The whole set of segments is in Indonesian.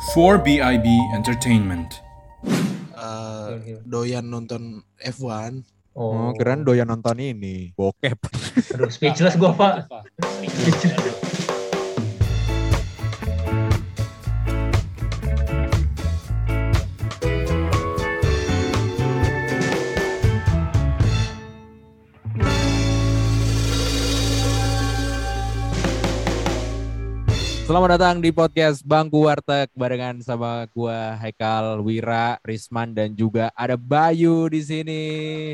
4BIB Entertainment. Doyan nonton F1. Oh, keren doyan nonton ini bokep. Aduh, speechless gue, Pak. Speechless. Selamat datang di podcast Bangku Warteg barengan sama gua Haikal, Wira, Risman dan juga ada Bayu di sini.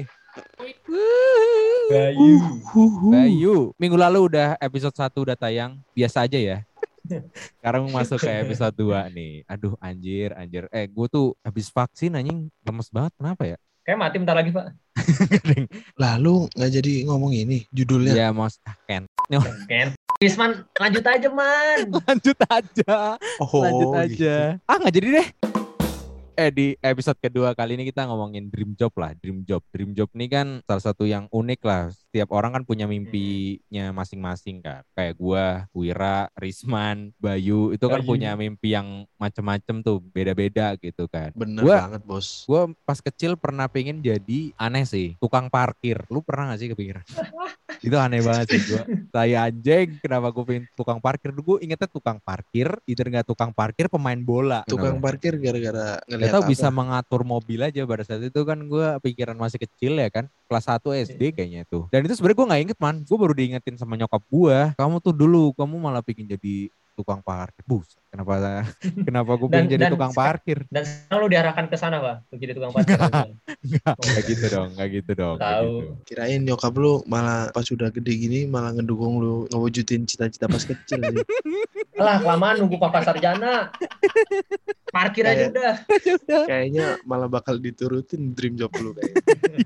Bayu. Minggu lalu udah episode 1 udah tayang, biasa aja ya. Sekarang masuk ke episode 2 nih. Aduh anjir. Gue tuh habis vaksin anjing, lemes banget. Kenapa ya? Kayak mati bentar lagi, Pak. Lalu nggak jadi ngomong ini judulnya. Ya mas Ken. Ken. Isman, lanjut aja, Man. Lanjut aja. Oh, Lanjut aja. Gitu. Nggak jadi deh. Di episode kedua kali ini kita ngomongin dream job lah. Dream job ini kan salah satu yang unik lah. Setiap orang kan punya mimpinya masing-masing kan. Kayak gua, Wira, Risman, Bayu itu kan punya mimpi yang macem-macem tuh, beda-beda gitu kan. Bener banget, Bos. Gua pas kecil pernah pengen jadi aneh sih, tukang parkir. Lu pernah gak sih kepikiran? Itu aneh banget sih gua. Saya anjing, kenapa gue pengen tukang parkir? Gue ingetnya tukang parkir, either gak tukang parkir, pemain bola. Tukang parkir gara-gara ngeliat tahu apa? bisa mengatur mobil aja pada saat itu kan. Gue pikiran masih kecil ya kan, kelas 1 SD kayaknya tuh. Dan itu sebenarnya gue nggak inget, Man. Gue baru diingetin sama nyokap gue, kamu tuh dulu kamu malah bikin jadi tukang parkir. Kenapa gue pengen jadi tukang parkir? Dan sekarang lu diarahkan ke sana, Pak, untuk jadi tukang parkir. Enggak gitu dong. Tahu. Gitu. Kirain nyokap lu malah pas udah gede gini malah ngedukung lu ngewujudin cita-cita pas kecil. Alah, kelamaan nunggu Papa Sarjana. Parkir aja udah. Kayaknya malah bakal diturutin dream job lu kayaknya.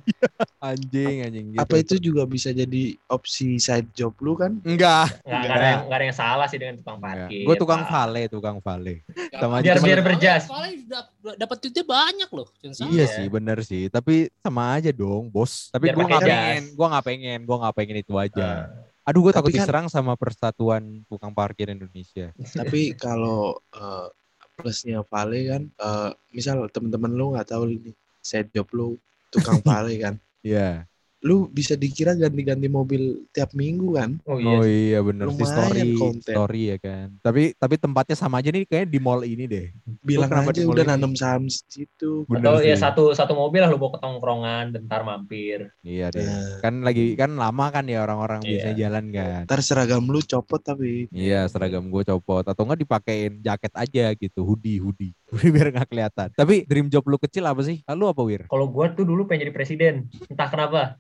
Anjing gitu. Apa itu juga bisa jadi opsi side job lu kan? Enggak Nggak ada yang salah sih dengan tukang parkir. Gue tukang vale. Sama biar berjas. Vale dapat duitnya banyak loh. Iya sih, bener sih. Tapi sama aja dong, Bos. Tapi gue nggak pengen itu aja. Aduh, gue takut diserang sama Persatuan Tukang Parkir Indonesia. Tapi kalau plusnya Vale kan, misal temen-temen lu nggak tahu ini side job lu tukang Vale kan, Iya. lu bisa dikira ganti-ganti mobil tiap minggu kan? Oh iya bener sih, Lumayan story ya kan. Tapi tempatnya sama aja nih, kayaknya di mall ini deh. Bilang aja udah nanam saham situ. Atau ya satu mobil lah lu bawa ke tongkrongan, bentar mampir. Iya deh. Kan lama kan ya orang-orang biasanya jalan kan. Ntar seragam lu copot tapi. Iya, seragam gue copot atau enggak dipakein jaket aja gitu, hoodie biar nggak kelihatan. Tapi dream job lu kecil apa sih? Lu apa, Wir? Kalau gue tuh dulu pengen jadi presiden, entah kenapa.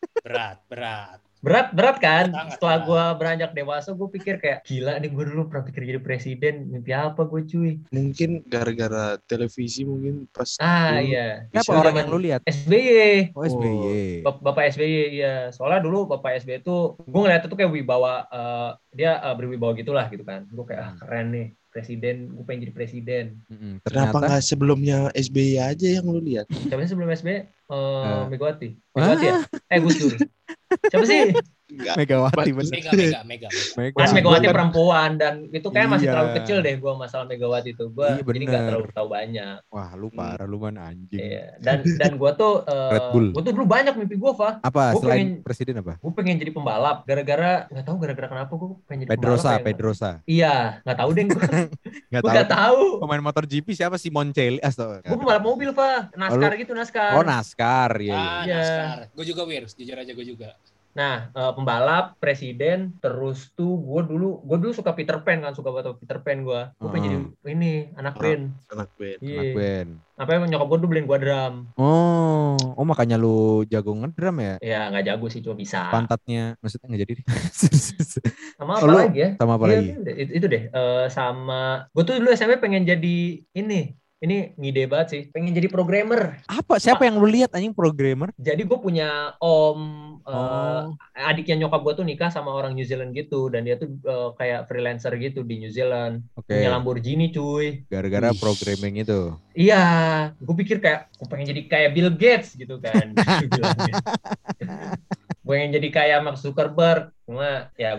Berat kan. Setelah gue beranjak dewasa, gue pikir kayak gila nih, gue dulu pernah pikir jadi presiden. Mimpi apa gue, cuy? Mungkin gara-gara televisi mungkin pas. Iya. Siapa orang yang lu lihat? SBY. Oh, SBY. Bapak SBY, iya. Soalnya dulu Bapak SBY tuh, gue ngeliatnya tuh kayak wibawa, dia berwibawa gitulah gitu kan. Gue kayak keren nih. Presiden, gue pengen jadi presiden. Kenapa nggak sebelumnya SBY aja yang lu lihat? Siapa sih sebelum SBY? Megawati ya? Gus Dur. Siapa sih? Megawati bener. Mega. Kan Megawati perempuan dan itu kayak masih terlalu kecil deh gue masalah Megawati itu. Gue jadi nggak terlalu tahu banyak. Wah, lu parah, lu man anjing. Iya. Dan gue tuh gue tuh dulu banyak mimpi gue, Fa. Apa? Selain presiden apa? Gue pengen jadi pembalap. Gara-gara kenapa gue pengen jadi pembalap. Pedrosa. Iya, nggak tahu deh gue. Nggak tahu. Pemain motor GP siapa sih? Moncelli. Gue pembalap mobil, Fa. NASCAR. Oh, NASCAR. Iya. NASCAR. Gue juga, Wir. Jujur aja gue juga. Nah, pembalap, presiden, terus tuh gue dulu suka Peter Pan kan, suka banget Peter Pan gue. Gue pengen jadi ini anak band. Anak band. Band. Apa yang nyokap gue dulu beliin gue drum. Oh makanya lu jago ngedrum ya? Ya nggak jago sih, cuma bisa. Pantatnya, maksudnya nggak jadi. Sama apa lagi ya? Sama apa lagi? Itu deh. Sama gue tuh dulu SMP pengen jadi ini ngide banget sih, pengen jadi programmer. Apa? Siapa yang lu lihat anjing programmer? Jadi gue punya adiknya nyokap gue tuh nikah sama orang New Zealand gitu, dan dia tuh kayak freelancer gitu di New Zealand. Punya Lamborghini, cuy. Gara-gara programming itu. Iya, gue pikir gue pengen jadi kayak Bill Gates gitu kan. Gue pengen jadi kayak Mark Zuckerberg, cuma ya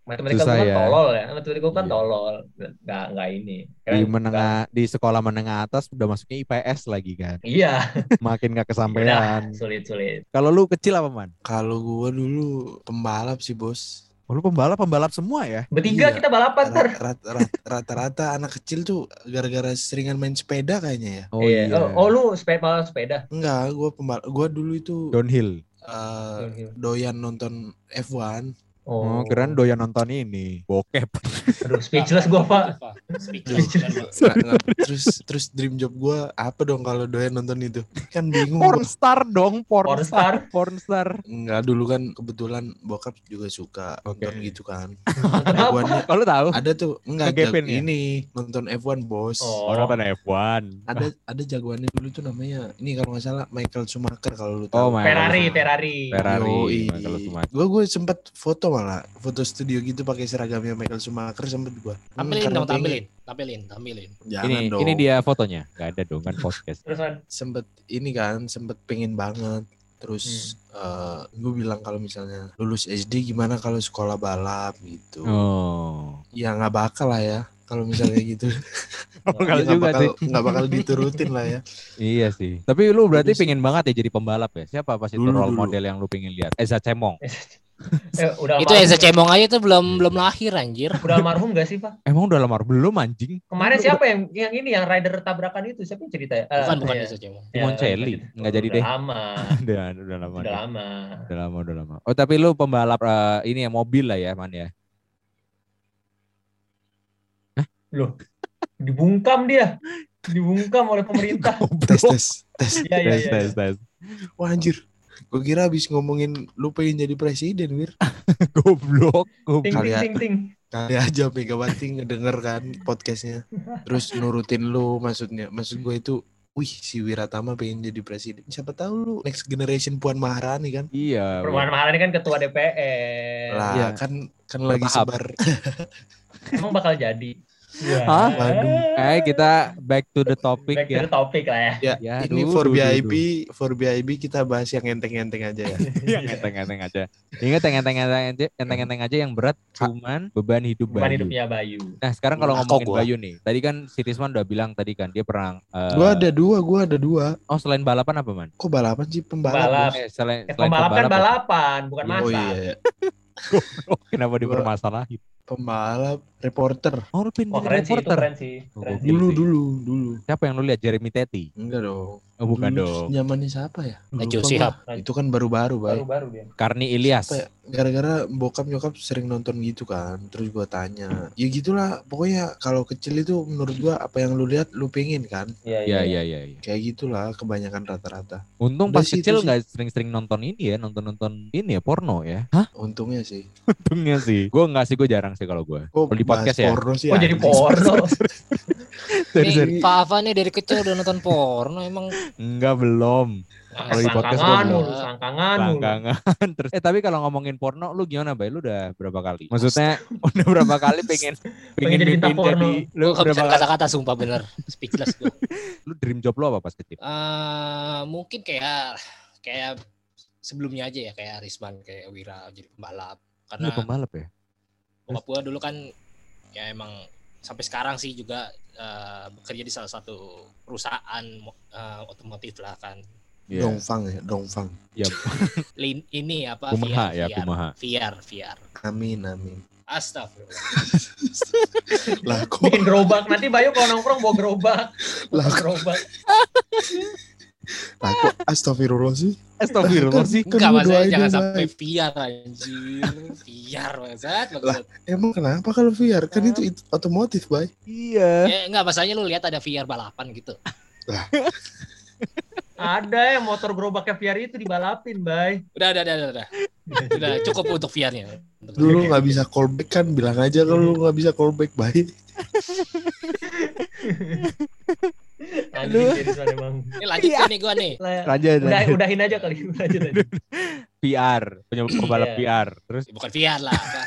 Matematika Susah gue kan ya. tolol ya. Matematika gue kan Iya. tolol. Nggak ini. Di sekolah menengah atas udah masuknya IPS lagi kan. Iya. Makin gak Udah kesampaian. sulit. Kalau lu kecil apa, Man? Kalau gua dulu pembalap sih, Bos. Oh, lu pembalap semua ya? Bertiga Iya. kita balapan ntar. Rata-rata anak kecil tuh gara-gara seringan main sepeda kayaknya ya. Oh Iya. iya. Oh lu malah sepeda. Enggak, gua dulu itu Downhill. doyan nonton F1. Oh, keren doyan nonton ini. Bokep. Aduh, speechless gue, Pak. Speechless. Terus dream job gue apa dong kalau doyan nonton itu? Kan bingung. Pornstar dong, Pornstar. Pornstar. Enggak, dulu kan kebetulan bokap juga suka nonton gitu kan. Kenapa? Kalau tahu? Ada tuh enggak Ngegepin ya? ini nonton F1, Bos. Oh. Nonton F1. Ada jagoannya dulu tuh namanya ini kalau nggak salah Michael Schumacher kalau lu Oh, tahu. Ferrari. Yoi. Michael Schumacher. Gue sempet foto malah foto studio gitu pakai seragamnya Michael Schumacher sempet gue. Tampilin. Jangan dong. Ini dia fotonya. Gak ada dong kan podcast. Terus kan Sempet pengen banget. Terus gue bilang kalau misalnya lulus SD gimana kalau sekolah balap gitu. Oh. Ya nggak bakal lah ya kalau misalnya gitu. Kalau Ya, juga sih. nggak bakal diturutin lah ya. Iya sih. Tapi lu berarti Dulu sih. pengen banget ya jadi pembalap ya? Siapa pas itu Dulu. role model yang lu pengen lihat? Eza Cemong. udah Itu almarhum. Eza Cemong aja tuh belum lahir anjir. Udah almarhum gak sih, Pak? Emang udah lama belum anjing? Kemarin siapa yang ini yang rider tabrakan itu? Siapa yang cerita ya? Bukan ya. Eza Cemong. Limoncelli. Nggak jadi deh. Lama. Udah lama. Udah deh. lama. Udah lama. Oh, tapi lu pembalap ini ya mobil lah ya, Man ya. Loh. Dibungkam dia. Dibungkam oleh pemerintah. Tes. Iya. Tes. Wah anjir. Gue kira abis ngomongin lu pengen jadi presiden, Wir. Goblok. Ting Kali ya. ting. Kali aja Megawati ngedenger kan podcastnya. Terus nurutin lu maksud gue itu, wih si Wiratama pengen jadi presiden. Siapa tahu lu next generation Puan Maharani kan. Iya. Perumahan Maharani kan ketua DPR. Lah Iya. kan lagi Bertahap. sebar. Emang bakal jadi. Hah? Waduh. Kita back to the topic Back ya. to the topic lah ya. Ya, Ya, ini duh, for duh, VIP kita bahas yang enteng-enteng aja ya. Yang enteng-enteng aja. Ingat enteng-enteng aja yang berat cuman beban hidup Bukan Bayu. hidupnya Bayu. Nah, sekarang kalau Aku ngomongin gua. Bayu nih. Tadi kan si Risman udah bilang tadi kan dia pernah Gua ada dua. Oh, selain balapan apa, Man? Kok balapan sih Balap. pembalap? Selain Pembalap kan ya? balapan, bukan Iya. masak. Oh iya. Kenapa dipermasalahin? Pembalap, reporter. Oh, lu pengen Oh jadi keren sih, itu reporter. keren sih. Oh, Keren gokil. sih. Dulu. Siapa yang lu lihat? Jeremy Teti? Enggak dong. Oh, bukan Dulu dong. zamannya siapa ya? Najwa Lupa Shihab. gua. Itu kan baru-baru, Bay. Baru-baru dia. Karni Ilyas. Apa ya? Gara-gara bokap nyokap sering nonton gitu kan. Terus gua tanya. Ya gitulah. Pokoknya kalau kecil itu menurut gua apa yang lu lihat lu pengen kan. Iya. Kayak gitulah kebanyakan rata-rata. Untung Udah pas sih, kecil itu sih. nggak sering-sering nonton ini ya, nonton ini ya porno ya. Hah? Untungnya sih. Untungnya sih. Gue nggak sih, gue jarang sih kalau gue. Kok Kalau di bahas podcast ya. porno sih? Oh jadi anjing? porno. Nih, Fafa nih dari kecil udah nonton porno emang. Enggak, belum. Kalau di podcast Selangkangan gua mulu, selangkangan mulu. Langgangan terus. Tapi kalau ngomongin porno, lu gimana, Bay? Lu udah berapa kali? Maksudnya udah berapa kali pengen Pengen jadi bintang mimpin porno. lu Lu berapa kehabisan kali? kata-kata sumpah bener. Speechless gue. Lu dream job lu apa pas kecil? Mungkin kayak sebelumnya aja ya, kayak Risman, kayak Wira jadi pembalap. Lu Karena pembalap ya? bokap gue dulu kan ya emang sampai sekarang sih juga bekerja di salah satu perusahaan otomotif lah kan. Iya. Dongfang. Ya, Ini apa? Kumaha ya, Kumaha. VR. Amin. Astagfirullah. Lah kok Bikin gerobak. Nanti Bayu kalau nongkrong bawa gerobak. Lah. Gerobak. astagfirullah sih. Astagfirullah sih. Kan Enggak, lu maksudnya doain jangan yang sampai baik. VR anjir. VR maksud. Emang kenapa kalau VR? Kan itu otomotif, Bay. Iya. Ya enggak, masalahnya lu lihat ada VR balapan gitu. Ada yang motor gerobaknya VR itu dibalapin, Bay. Udah. Udah cukup untuk VR-nya. Dulu nggak bisa callback kan, bilang aja kalau lu nggak bisa callback, Bay. Anjing seriusan emang. Ini lanjut nih gua nih. Lanjut. Udahin aja kali. Lanjut aja. VR, pembalap Iya. VR. Terus Bukan VR lah. Apa?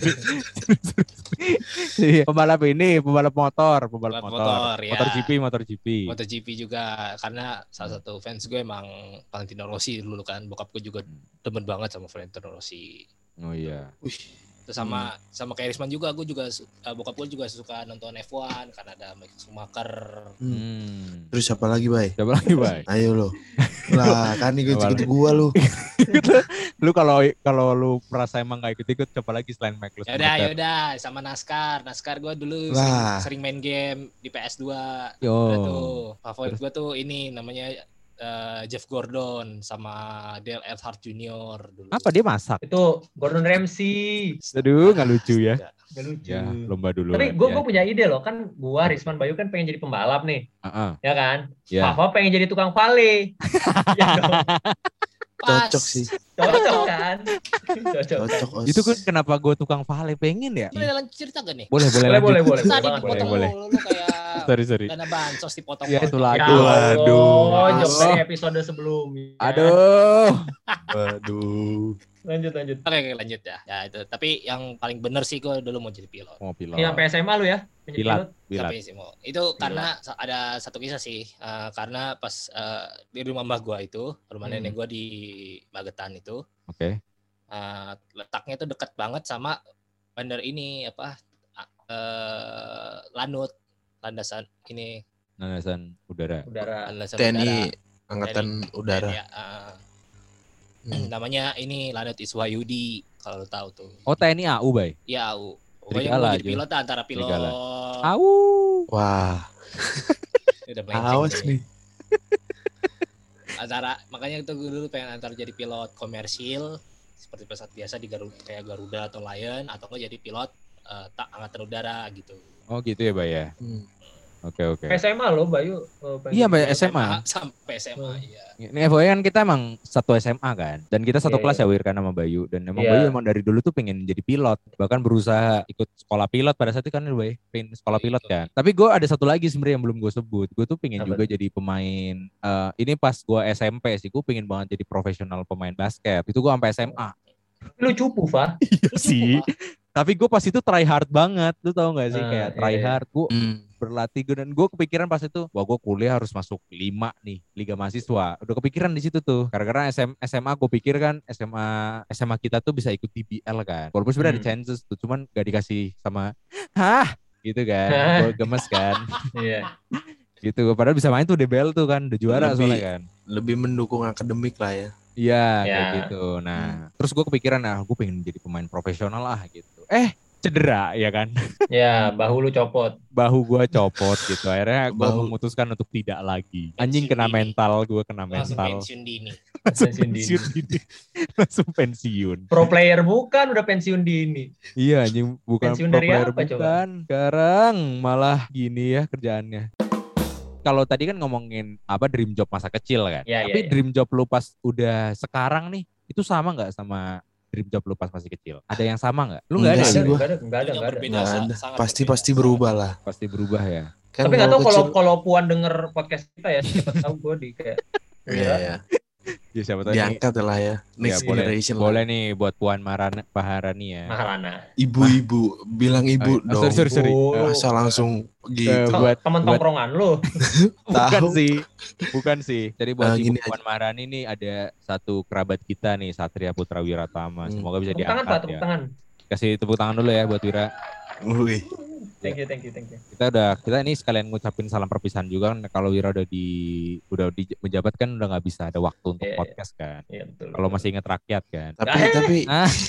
pembalap motor. Pembalap motor, ya. MotoGP. MotoGP juga, karena salah satu fans gue emang Valentino Rossi dulu kan. Bokap gue juga demen banget sama Valentino Rossi. Oh iya. Wih, Terus sama kayak Risman juga, gue juga bokap gue juga suka nonton F1 karena ada Michael Schumacher. Terus siapa lagi, Bay? Siapa lagi, Bay? Ayo lo. Lah, kan ikut gua lu. Lu kalau lu merasa emang gak ikut-ikut, coba lagi selain Michael Schumacher. Yaudah, sama NASCAR gue dulu sering main game di PS2. Yo. Tuh, favorit gue tuh ini namanya Jeff Gordon sama Dale Earnhardt Jr. dulu. Apa dia masak? Itu Gordon Ramsay. Aduh, nggak lucu ya. Gak lucu. Ya, lomba dulu. Tapi gue punya ide loh, kan gua Risman Bayu kan pengen jadi pembalap nih. Ya kan? Ya. Fafa pengen jadi tukang vale. Ya dong. Cocok sih. Cocok kan? Cocok. Os. Itu kan kenapa gue tukang vale pengen ya? Boleh lanjut cerita gak nih? Boleh Boleh. Tadi banget. dipotong boleh. lu kayak Sorry. dana bansos dipotong. Ya, itulah. Ya Aduh. Allah, Aduh. jok dari episode sebelumnya. Waduh. Lanjut. Oke, lanjut ya. Ya itu. Tapi yang paling bener sih gue dulu mau jadi pilot. Mau pilot. Ini sampai SMA lu ya? Pilat. Tapi sih mau. Itu karena ada satu kisah sih. Karena pas di rumah mbah gue itu, rumah nenek gue di Magetan itu. Oke. Letaknya itu dekat banget sama bandar ini Lanut, landasan ini. Landasan udara. Landasan TNI udara. Angkatan Udara. Ya, namanya ini Lanut Iswayudi kalau lo tahu tuh. Oh, TNI AU, Bay. Ya, pokoknya Serigala gue jadi aja. pilot antara pilot. Serigala. AU. Wah, Udah melenceng awas nih. Makanya itu gue dulu pengen antara jadi pilot komersil seperti pesawat biasa di kayak Garuda atau Lion, atau lo jadi pilot angkatan udara gitu. Oh, gitu ya, Bay ya. Oke. SMA lo Bayu. Iya, Bay, SMA. Sampai SMA, iya. Ini FYI kan kita emang satu SMA kan. Dan kita satu kelas ya Wir kan sama Bayu. Dan emang Bayu emang dari dulu tuh pengen jadi pilot. Bahkan berusaha ikut sekolah pilot pada saat itu kan Bay. Pengen sekolah pilot kan. Tapi gue ada satu lagi sebenarnya yang belum gue sebut. Gue tuh pengen juga jadi pemain. Ini pas gue SMP sih. Gue pengen banget jadi profesional pemain basket. Itu gue sampai SMA. Lu cupu, Fa. Iya sih. Tapi gue pas itu try hard banget. Lu tau gak sih kayak try hard. Gue berlatih dan gue kepikiran pas itu, wah gue kuliah harus masuk 5 nih Liga Mahasiswa. Udah kepikiran di situ tuh. Karena SMA gue pikir kan SMA kita tuh bisa ikut DBL kan. Walaupun sebenarnya ada chances tuh, cuman gak dikasih sama gitu kan. Gue gemes kan. Iya. Gitu. Padahal bisa main tuh DBL tuh kan, udah juara soalnya kan. Lebih mendukung akademik lah ya. Iya kayak gitu. Nah, terus gue kepikiran gue pengen jadi pemain profesional lah gitu. Cedera ya kan. Ya, bahu lu copot. Bahu gue copot gitu. Akhirnya gue memutuskan untuk tidak lagi. Anjing kena mental, gue kena mental. Langsung pensiun dini. Langsung pensiun. Pro player bukan, udah pensiun dini. Iya anjing, bukan pensiun pro dari player apa, bukan. coba? Sekarang malah gini ya kerjaannya. Kalau tadi kan ngomongin dream job masa kecil kan. Tapi dream job lu pas udah sekarang nih, itu sama nggak sama dream job lu pas masih kecil? Ada yang sama nggak? Lu nggak ada sih gua. Nggak ada. Pasti berubah lah. Pasti berubah ya. Kan tapi nggak tahu kalau Puan denger podcast kita ya, siapa tahu gue di kayak. Iya. Ya siapa tahu diangkat lah ya. Next generation. Boleh nih buat Puan Maharani ya. Maharana. Ibu-ibu, bilang ibu dong. Sorry. Masa langsung gitu. Buat teman tongkrongan lu. Bukan sih. Jadi buat Ibu Puan Maharani nih ada satu kerabat kita nih, Satria Putra Wiratama. Semoga bisa diangkat ya. Tepuk tangan. Kasih tepuk tangan dulu ya buat Wira. Wih. Thank you. Kita ini sekalian ngucapin salam perpisahan juga kan. Kalau Wira udah di menjabat kan udah nggak bisa ada waktu untuk podcast kan. Iya, betul. Kalau masih ingat rakyat kan. Tapi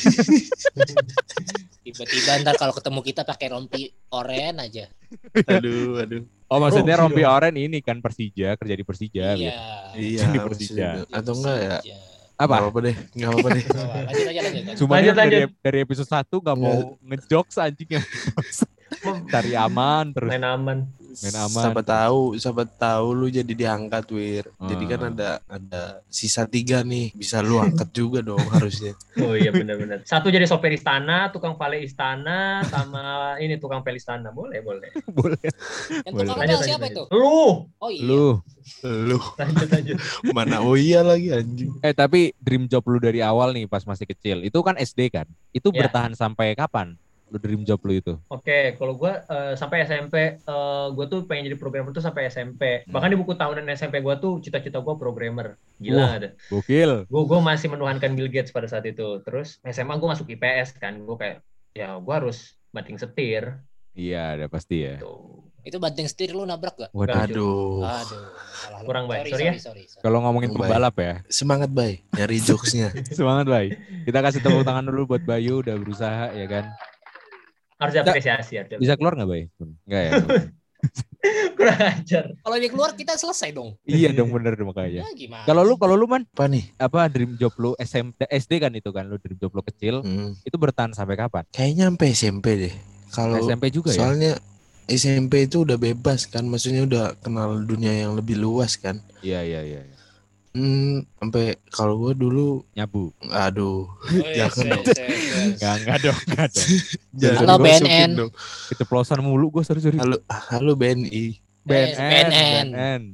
Tiba-tiba ntar kalau ketemu kita pakai rompi oren aja. Aduh. Oh maksudnya rompi oren ini kan Persija, kerja di Persija. Iya. Di Persija. Atau enggak ya? Apa? Nggak apa-apa deh. Lanjut. Cuma dari episode 1 nggak mau ngejokes anjing ya. Cari aman terus. Main aman. Siapa tahu lu jadi diangkat Wir. Jadi kan ada sisa 3 nih. Bisa lu angkat juga dong harusnya. Oh iya benar. Satu jadi sopir istana, tukang vale istana, sama ini tukang pel istana. Boleh. Yang tukang pel siapa itu? Lu. Oh iya. Lu. Lanjut. Mana iya lagi anjing. Tapi dream job lu dari awal nih pas masih kecil. Itu kan SD kan? Itu bertahan sampai kapan? Lu dream job lu itu? Oke, kalau gue sampai SMP, gue tuh pengen jadi programmer tuh sampai SMP. Bahkan di buku tahunan SMP gue tuh cita-cita gue programmer. Gila ada. Gokil. Gue masih menuhankan Bill Gates pada saat itu. Terus SMA gue masuk IPS kan, gue kayak ya gue harus banting setir. Iya, ada pasti ya. Tuh. Itu banting setir lu nabrak gak? Waduh. Aduh. Aduh, salah lu. Kurang baik, sorry ya. Sorry. Kalau ngomongin Baik. pembalap ya, Semangat Bay, nyari jokesnya. semangat Bay. Kita kasih tepuk tangan dulu buat Bayu udah berusaha ya kan. Harus apresiasi. Bisa keluar nggak Bay? Enggak ya. Kurang ajar. Kalau dia keluar kita selesai dong. Iya dong bener makanya. Ya gimana? Kalau lu Man, Apa nih? apa dream job lu SD kan itu kan lu dream job lu kecil itu bertahan sampai kapan? Kayaknya sampai SMP deh. Kalau SMP juga ya? soalnya SMP itu udah bebas kan, maksudnya udah kenal dunia yang lebih luas kan. Iya. Sampai kalau gue dulu, Nyabu. aduh, Yes. Enggak dong. jangan Halo, dimasukin BNN. dong. Keceplosan mulu gue sorry. Halo BNI. BNN.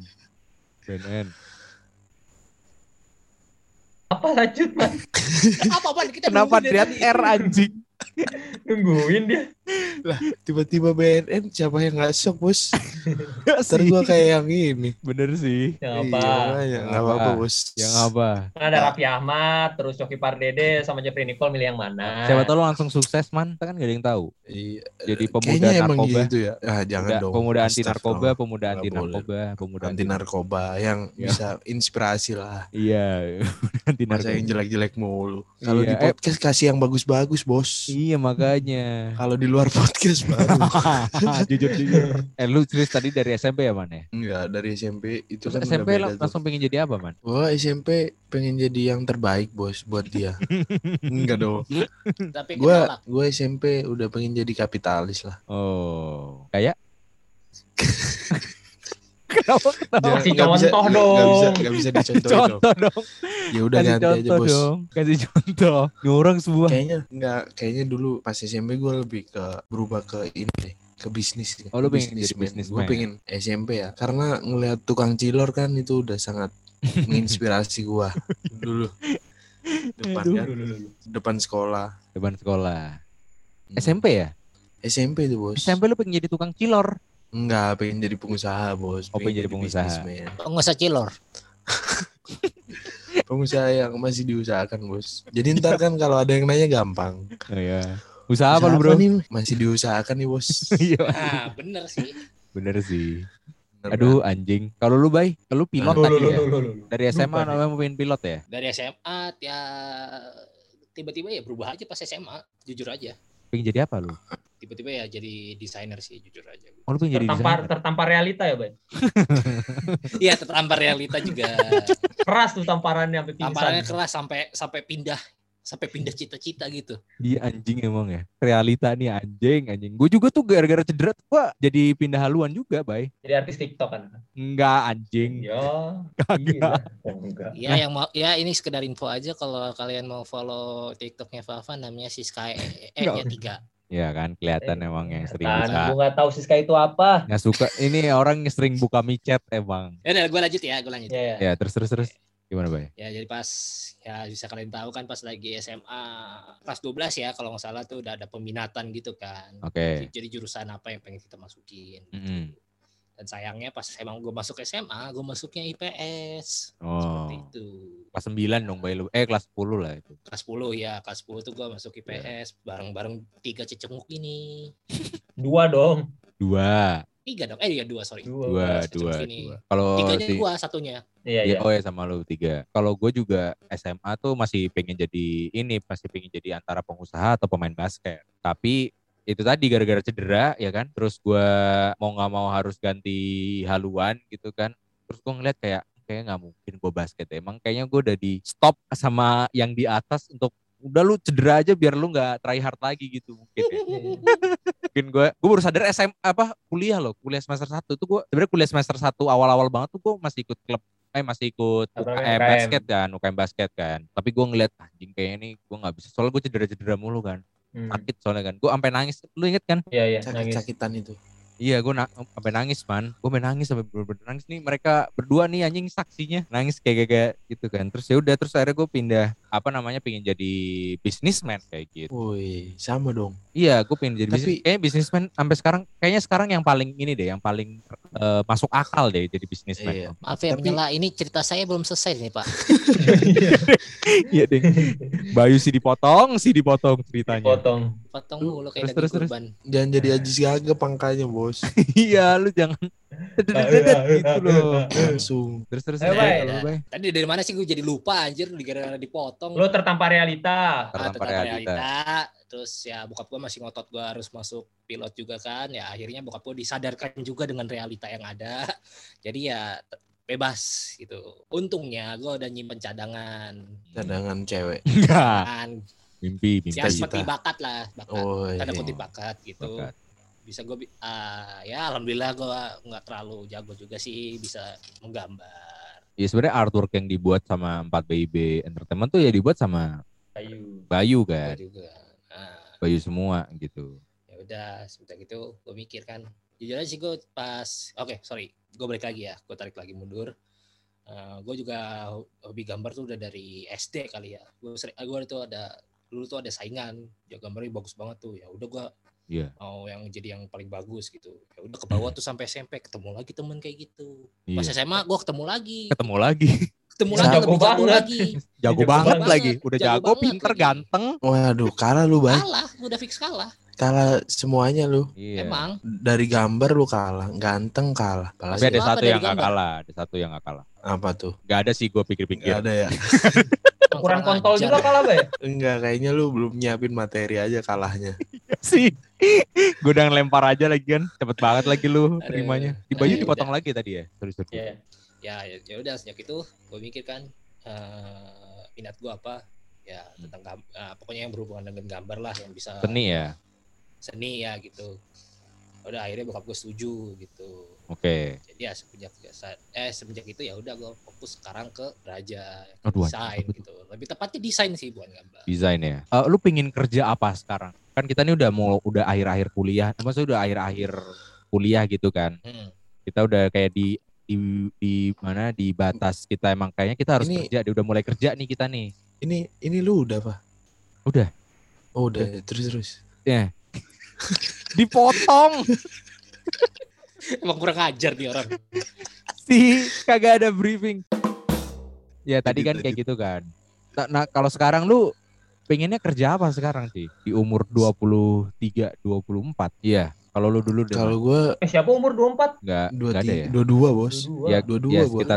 Apa lanjut, Mas? Apa-apaan kita Kenapa nungguin dari dia R anjing? Nungguin dia. Tiba-tiba BNN, siapa yang nggak shock bos? Ntar gue kayak yang ini. Bener sih. Yang Iya, apa? makanya nggak apa-apa bos. Yang apa? Kan ada Raffi Ahmad, terus Coki Pardede sama Jeffrey Nicole, milih yang mana? Siapa tahu lo langsung sukses Man, kita kan gak ada yang tahu. Iya. Jadi pemuda Kayaknya emang narkoba. gitu ya. Jangan dong. Pemuda anti narkoba, Astagfirullah. pemuda anti Nggak boleh. narkoba, pemuda Anti narkoba yang Ya. bisa inspirasi lah. Iya, anti Masa yang narkoba. jelek-jelek mulu. Kalau di Iya, podcast kasih yang bagus-bagus bos. Iya makanya. Kalau di luar podcast baru. jujur. Lu serius tadi dari SMP ya Man ya? Enggak, dari SMP itu Terus kan SMP udah beda tuh. langsung pengen jadi apa Man? Gua SMP pengen jadi yang terbaik bos buat dia. Enggak dong. Tapi Gua ketolak. SMP udah pengen jadi kapitalis lah. Oh, kayak? Kenapa ketawa? Kasih Nggak bisa- contoh nggak dong. bisa dicontohin dong. Contoh dong. Ya udah Kasih ganti aja contoh bos. dong. Kasih contoh. Ini orang semua. Kayaknya dulu pas SMP gue lebih ke berubah ke ini deh, ke bisnis. Oh, lu pengen jadi Businessman. businessman. Gue pengen SMP ya, karena ngelihat tukang cilor kan itu udah sangat menginspirasi gue dulu. Depan kan, depan sekolah. Depan sekolah. SMP ya? SMP tuh bos. SMP lu pengen jadi tukang cilor. Enggak, pengen jadi pengusaha bos. Oh, pengen jadi pengusaha. businessman. Pengusaha cilor. Pengusaha yang masih diusahakan bos. Jadi ntar kan kalau ada yang nanya gampang. Oh iya. Usaha apa lu bro? nih? Masih diusahakan nih bos. Iya. Ah, bener sih. Bener sih. Bener, Aduh anjing. Kalau lu Bay, lu pilot Loh, tadi loh, ya? loh, loh, loh. Dari SMA Lupa namanya mau pengen pilot ya? Dari SMA ya tiba-tiba ya berubah aja pas SMA, jujur aja. Pengen jadi apa lu? Tiba-tiba ya jadi desainer sih, jujur aja. Oh lu pengen jadi desainer? Tertampar realita ya, Bay? Iya, tertampar realita juga. Keras tuh tamparannya sampai pingsan. Tamparannya keras sampai pindah cita-cita gitu. Iya anjing emang ya. Realita nih anjing. Gue juga tuh gara-gara cedera tuh gua jadi pindah haluan juga, Bay. Jadi artis TikTok kan. Enggak anjing. Ya, Kagak. gila. Oh, enggak. Ya yang mau ya ini sekedar info aja kalau kalian mau follow TikToknya Fafa namanya Siska nya 3. Ya kan kelihatan emang yang sering Kan, buka. gue nggak tahu Siska itu apa. Nggak suka. Ini orang yang sering buka micet emang. Ya udah gue lanjut. Ya. Ya terus. Gimana Bay? Ya jadi pas ya bisa kalian tahu kan pas lagi SMA kelas 12 ya kalau nggak salah tuh udah ada peminatan gitu kan. Oke. Jadi jurusan apa yang pengen kita masukin. Mm-mm. Dan sayangnya pas emang gue masuk SMA, gue masuknya IPS. Oh. Seperti itu. Kelas 9 dong Bay lu. Kelas 10 lah itu. Kelas 10 ya, kelas 10 tuh gue masuk IPS bareng-bareng 3 cecenguk ini. 2 dong. 2. 3 dong. Iya 2 sorry. 2. Cecenguk ini. Kalau 3-nya di gue satunya. Iya, ya, iya. oh ya sama lu 3. Kalau gue juga SMA tuh masih pengen jadi antara pengusaha atau pemain basket. Tapi itu tadi gara-gara cedera ya kan. Terus gue mau nggak mau harus ganti haluan gitu kan. Terus gue ngeliat kayak nggak mungkin gue basket. Emang kayaknya gue udah di stop sama yang di atas untuk udah lu cedera aja biar lu nggak try hard lagi gitu mungkin ya. Mungkin gue baru sadar kuliah semester 1 tuh gue sebenarnya kuliah semester 1 awal-awal banget tuh gue masih ikut klub masih ikut Apa UKM namanya? basket kan, UKM basket kan. Tapi gue ngeliat anjing kayaknya ini gue nggak bisa. Soalnya gue cedera mulu kan, sakit soalnya kan. Gue sampai nangis. Lu inget kan? Iya, nangis. Sakit-sakitan itu. Iya, gue sampai nangis man. Gue main nangis sampai bener-bener nangis nih. Mereka berdua nih anjing saksinya nangis kayak gitu kan. Terus ya udah, terus akhirnya gue pindah pengen jadi businessman kayak gitu. Woi, sama dong. Iya, gue pengen jadi Tapi- kayaknya businessman sampai sekarang. Kayaknya sekarang yang paling ini deh, yang paling masuk akal deh jadi businessman. Iya. Maaf ya Tapi- menyela, ini cerita saya belum selesai nih Pak. Iya deh. Bayu sih dipotong ceritanya. Potong. Potong Lu- mulu kayak terus. daging kurban. Jangan jadi Ajis Gagap angkanya, Bos. Iya, lu jangan gitu loh. Langsung. Terus Ayo, Bay, Bay. kalau lu, Bay. Tadi dari mana sih gue jadi lupa anjir gara-gara dipotong. Lo tertampar realita. Tertampar Tetap realita. Terus ya bokap gue masih ngotot gue harus masuk pilot juga kan. Ya akhirnya bokap gue disadarkan juga dengan realita yang ada. Jadi ya bebas gitu. Untungnya gue udah nyimpen cadangan. Cadangan cewek. Enggak. Kan Mimpi. ya seperti bakat lah, bakat. Oh, Tanda iya. kutip bakat gitu. Bakat. Bisa gue ya alhamdulillah gue nggak terlalu jago juga sih bisa menggambar. Ya sebenarnya artwork yang dibuat sama 4BIB Entertainment tuh ya dibuat sama Ayu. Bayu Gue kan. juga. Nah, Bayu semua gitu. ya udah sebentar gitu gue mikir kan. Jujur aja sih gue pas gue balik lagi ya, gue tarik lagi mundur. Gue juga hobi gambar tuh udah dari SD kali ya. Gue dulu tuh ada saingan, ya gambarnya bagus banget tuh. Ya udah gue Iya. mau yang jadi yang paling bagus gitu. Ya udah ke bawah tuh sampai SMP ketemu lagi temen kayak gitu. Pas Iya. SMA gue ketemu lagi. Ketemu lagi. Ketemu Jago lagi lebih jago banget. lagi. Jago Jago banget banget. lagi. Udah Jago jago, banget pinter, lagi. ganteng. Waduh, kalah lu, Bay. Kalah, udah fix kalah. Kalah semuanya lu. Iya. Emang Dari gambar lu kalah, ganteng kalah. Tapi Apalagi ada Apa satu dari yang gak gambar? kalah. Ada satu yang gak kalah. apa tuh? Gak ada sih gue pikir-pikir. Gak ada ya? Ukuran kurang kontol ajar. juga kalah, Bay. Enggak, kayaknya lu belum nyiapin materi aja kalahnya. sih. Gue udah ngelempar aja lagi kan. Cepet banget lagi lu Aduh. terimanya. Di Bayu Ya dipotong udah. lagi tadi ya. Terus. Iya. Ya udah sejak itu gue mikir kan minat gue apa ya tentang pokoknya yang berhubungan dengan gambar lah yang bisa Seni ya. gitu. Udah akhirnya bokap gue setuju gitu. Oke. Jadi ya semenjak itu ya udah gue fokus sekarang ke belajar Aduh, desain apa tuh? gitu. Lebih tepatnya desain sih bukan gambar. Desain ya. Lu pingin kerja apa sekarang? Kan kita ini udah akhir-akhir kuliah. Maksudnya udah akhir-akhir kuliah gitu kan. Kita udah kayak di mana di batas kita emang kayaknya kita harus Ini- kerja. Udah mulai kerja nih kita nih. Ini lu udah apa? Udah. Oh, udah. Terus. Ya. Dipotong Emang kurang ajar nih orang. sih, kagak ada briefing. Ya tadi Jadi kan kayak gitu kan. Nah, kalau sekarang lu pengennya kerja apa sekarang sih? Di umur 23, 24. Iya. Kalau lu dulu Kalau gua Siapa umur 24? enggak ada ya. 22, Bos. Ya, Dua-dua ya gua. sekitar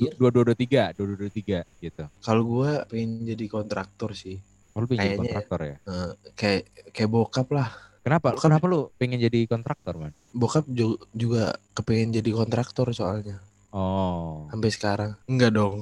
22, 23 gitu. Kalau gua pengen jadi kontraktor sih. Kalau lu pengen jadi Kayaknya ya. kontraktor ya. Kayak bokap lah. Kenapa? Bokap- Kenapa lu pengen jadi kontraktor, Man? Bokap juga kepengen jadi kontraktor soalnya. Oh. Sampai sekarang. Enggak dong.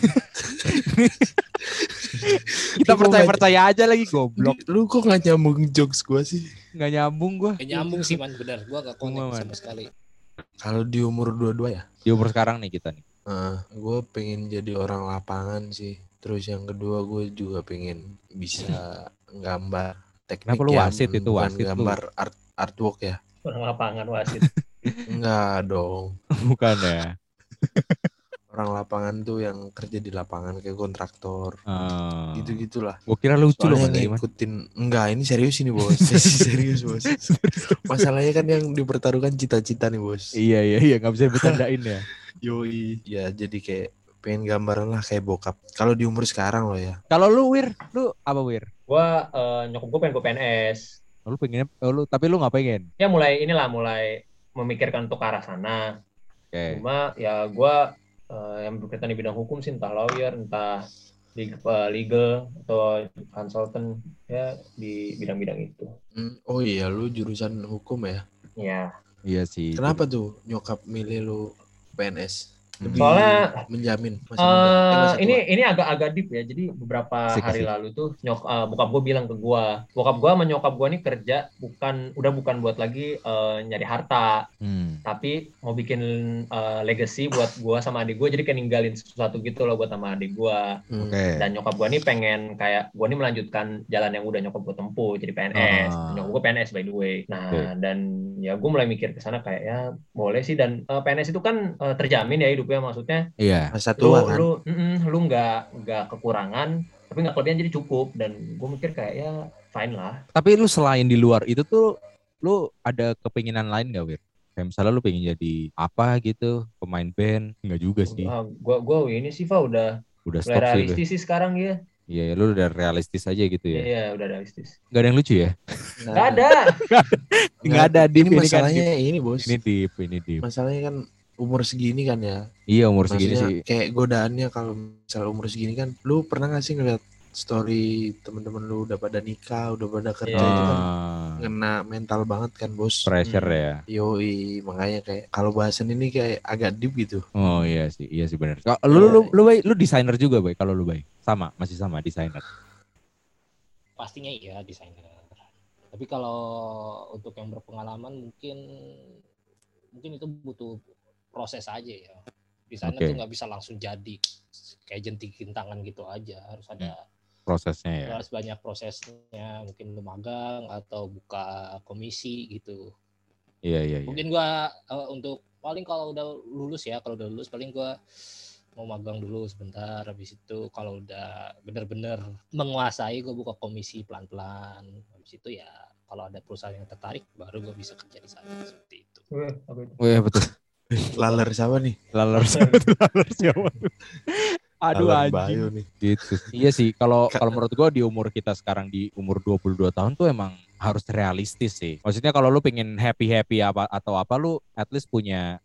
Kita Lu kok percaya aja lagi goblok. Lu kok gak nyambung jokes gua sih? Nggak nyambung gua. Gak nyambung sih man, benar. Gue gak Semua, connect Man. sama sekali. Kalau di umur 22 ya. Di umur sekarang nih kita nih. Gue pengen jadi orang lapangan sih. Terus yang kedua gue juga pengen bisa gambar teknik. Kenapa lu ya, wasit itu, bukan wasit lu? gambar artwork ya. Orang lapangan wasit. Enggak dong. Bukan ya. Orang lapangan tuh yang kerja di lapangan kayak kontraktor. Gitu-gitulah. Gua kira lucu loh, Soalnya Man. ngikutin. Enggak, ini serius ini, Bos. Serius, Bos. Masalahnya kan yang dipertaruhkan cita-cita nih, Bos. Iya, nggak bisa bercandain ya. Yoi. Ya jadi kayak pengen gambaran lah kayak bokap. Kalau di umur sekarang loh ya. Kalau lu lu apa Wir? Gua nyokap gue pengen gue PNS. Lu pengennya tapi lu nggak pengen. Ya mulai memikirkan untuk ke arah sana. Oke. Cuma ya gue yang berkaitan di bidang hukum sih, entah lawyer, entah legal atau consultant ya di bidang-bidang itu. Oh iya, lu jurusan hukum ya? Ya. Iya sih. Kenapa tuh nyokap milih lu PNS? Lebih Soalnya menjamin masih muda. Masih tua. ini agak deep ya. Jadi beberapa Asik, hari asik. lalu tuh bokap gue bilang ke gue, bokap gue sama nyokap gue nih kerja bukan buat lagi nyari harta, tapi mau bikin legacy buat gue sama adik gue, jadi kayak ninggalin sesuatu gitu loh buat sama adik gue. Oke. Dan nyokap gue nih pengen kayak gue nih melanjutkan jalan yang udah nyokap gue tempuh, jadi PNS. Nyokap gue PNS by the way. Nah, dan ya gue mulai mikir ke sana kayak ya boleh sih, dan PNS itu kan terjamin ya hidupnya, maksudnya Iya. Masa tua kan? lu nggak kekurangan, tapi nggak kelebihan jadi cukup, dan gue mikir kayak ya fine lah. Tapi lu selain di luar itu tuh, lu ada kepinginan lain gak, Wir? Kayak misalnya lu pengen jadi apa gitu, pemain band? Enggak juga sih. Gue ini sih udah Udah mulai stop sih. realistis sih sekarang ya. Iya, lu udah realistis aja gitu ya. Iya, udah realistis. Gak ada yang lucu ya? Nggak ada. Nggak ada, Dip. Ini Ini kan masalahnya Dip. ini bos. Ini deep. Masalahnya kan umur segini kan ya. Iya, umur segini Maksudnya sih. kayak godaannya kalau misal umur segini kan, lu pernah gak sih ngeliat story temen-temen lu udah pada nikah, udah pada kerja itu kan ngena mental banget kan bos. Pressure ya. Yoi, makanya kayak kalau bahasan ini kayak agak deep gitu. Oh iya sih benar. Lu desainer juga, Bay? Kalau lu, Bay? Sama, masih sama desainer. Pastinya iya desainer. Tapi kalau untuk yang berpengalaman mungkin itu butuh proses aja ya. Desainer tuh nggak bisa langsung jadi kayak jentikin tangan gitu aja, harus ada prosesnya ya. Harus banyak prosesnya, mungkin lu magang atau buka komisi gitu. Iya. Mungkin gua untuk paling kalau udah lulus paling gua mau magang dulu sebentar, habis itu kalau udah benar-benar menguasai gua buka komisi pelan-pelan. Habis itu ya kalau ada perusahaan yang tertarik baru gua bisa kerja di sana seperti itu. Wih, betul. Laler siapa nih? Laler siapa? Aduh anjing. Nih. Gitu. Iya sih, kalau menurut gua di umur kita sekarang di umur 22 tahun tuh emang harus realistis sih. Maksudnya kalau lu pengen happy apa atau apa, lu at least punya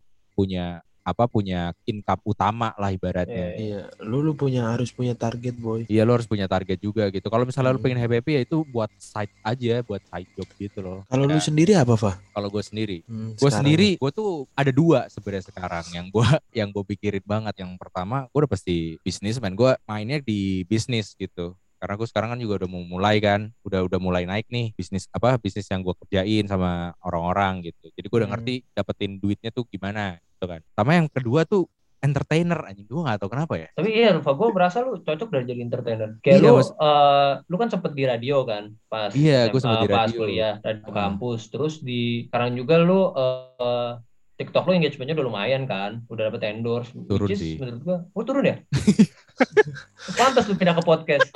income utama lah ibaratnya. Iya, lu harus punya target, boy. Iya, lu harus punya target juga gitu. Kalau misalnya lu pengen happy ya itu buat side aja, buat side job gitu loh. Kalau lu sendiri apa, Fa? Kalau gue sendiri, gue tuh ada dua sebenarnya sekarang yang gue pikirin banget. Yang pertama, gue udah pasti bisnismen. Gue mainnya di bisnis gitu. Karena gue sekarang kan juga udah mau mulai kan, udah mulai naik nih bisnis yang gue kerjain sama orang-orang gitu. Jadi gue udah ngerti dapetin duitnya tuh gimana gitu kan. Sama yang kedua tuh entertainer, anjing, gue nggak tahu kenapa ya. Tapi iya, Rufa, gue berasa lu cocok dari jadi entertainer. Kayak iya, lu kan sempet di radio kan pas gue sempet di pas radio. kuliah radio kampus. Terus sekarang juga lu TikTok lu engagement-nya udah lumayan kan, udah dapet endorse. Turun sih. Menurut gue, turun ya. Pantas lu pindah ke podcast.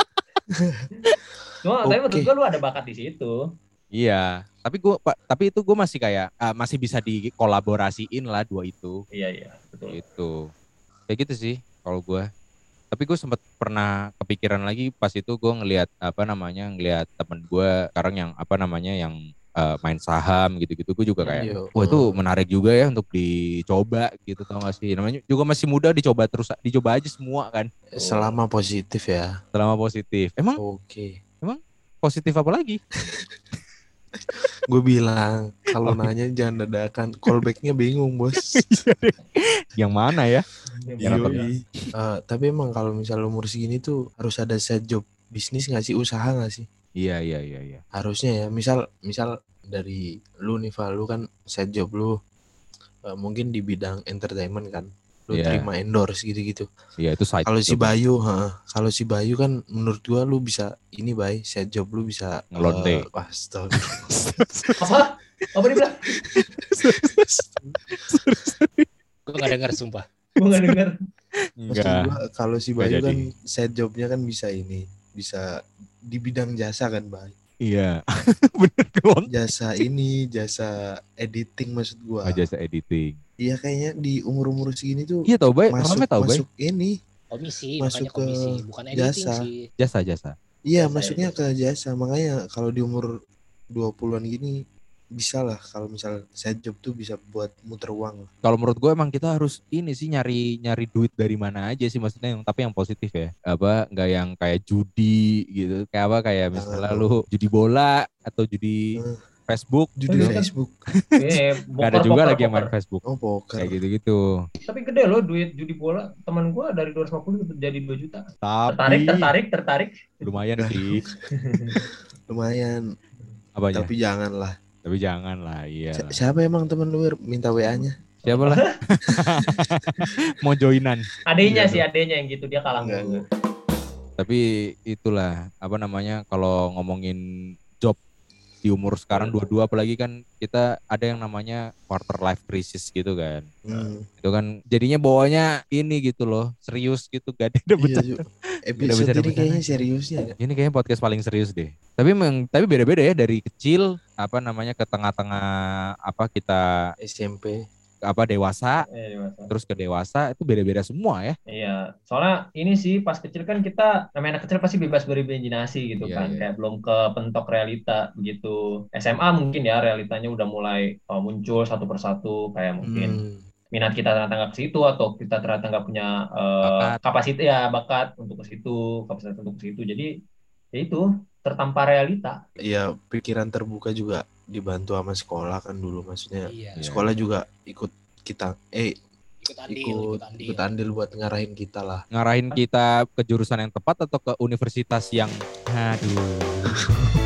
Cuma tapi menurut gue lu ada bakat di situ. Iya, tapi itu gue masih kayak masih bisa dikolaborasiin lah dua itu. Iya, betul. Itu kayak gitu sih kalau gue. Tapi gue sempat pernah kepikiran lagi pas itu gue ngelihat temen gue sekarang yang yang main saham gitu-gitu. Gue juga kayak, wah itu menarik juga ya untuk dicoba gitu, tau gak sih? Namanya juga masih muda, dicoba aja semua kan. Selama positif ya. Selama positif. Emang? Emang positif apa lagi? Gue bilang kalau nanya jangan dadakan, callbacknya bingung bos. Yang mana ya? Tapi emang kalau misal umur segini tuh harus ada side job bisnis nggak sih, usaha nggak sih? Iya. Harusnya ya. Misal dari lu nih, Val, lu kan side job lu mungkin di bidang entertainment kan. Lu terima endorse gitu-gitu. Iya, itu side Kalau job. si Bayu kan menurut gua lu bisa ini, Bay, side job lu bisa ngelonte. Astaga. Apa dia bilang? Gue gak dengar sumpah. Gue gak dengar. Kalau si Bayu kan side jobnya kan bisa di bidang jasa kan, Bay. Iya. Bener kan? Jasa editing maksud gua. Jasa editing. Iya, kayaknya di umur-umur segini tuh. Iya, tau Bay, masuk ini. Komisi, masuk ke komisi, bukan editing jasa. sih. Jasa. Iya, masuknya ke jasa. Makanya kalau di umur 20-an gini bisa lah, kalau misal side job tuh bisa buat muter uang. Kalau menurut gue emang kita harus ini sih nyari duit dari mana aja sih, maksudnya tapi yang positif ya. Nggak yang kayak judi gitu. Kayak misalnya lu judi bola atau judi Facebook. Judi Facebook. Gak ada juga lagi yang main Facebook. Oh, poker. Kayak gitu-gitu. Tapi gede loh duit judi bola. Teman gue dari 250 jadi 2 juta. Tertarik. Lumayan sih. Lumayan. Apanya? Tapi janganlah, iya. Siapa emang temen lu minta WA-nya? Siapa lah? Mau joinan. Adenya yang gitu, dia kalah mulu. Tapi itulah kalau ngomongin job di umur sekarang 22 apalagi kan kita ada yang namanya quarter life crisis gitu kan. Itu kan jadinya bawanya ini gitu loh, serius gitu, gak ada Iya, bercanda. Ju. Episode ini kayaknya seriusnya. Ini kayaknya podcast paling serius deh. Tapi beda-beda ya dari kecil apa namanya ke tengah-tengah apa kita SMP. apa dewasa Dewasa. terus ke dewasa itu beda-beda semua ya. Iya, soalnya ini sih pas kecil kan kita namanya anak kecil pasti bebas berimajinasi gitu Iya, kan, iya. kayak belum kepentok realita begitu. SMA mungkin ya realitanya udah mulai muncul satu persatu, kayak mungkin minat kita ternyata nggak ke situ atau kita ternyata nggak punya bakat untuk ke situ, kapasitas untuk ke situ. Jadi ya itu tertanpa realita. Iya, pikiran terbuka juga dibantu sama sekolah kan dulu, maksudnya Iya. sekolah juga ikut kita Ikut andil buat ngarahin kita lah. Ngarahin kita ke jurusan yang tepat atau ke universitas yang aduh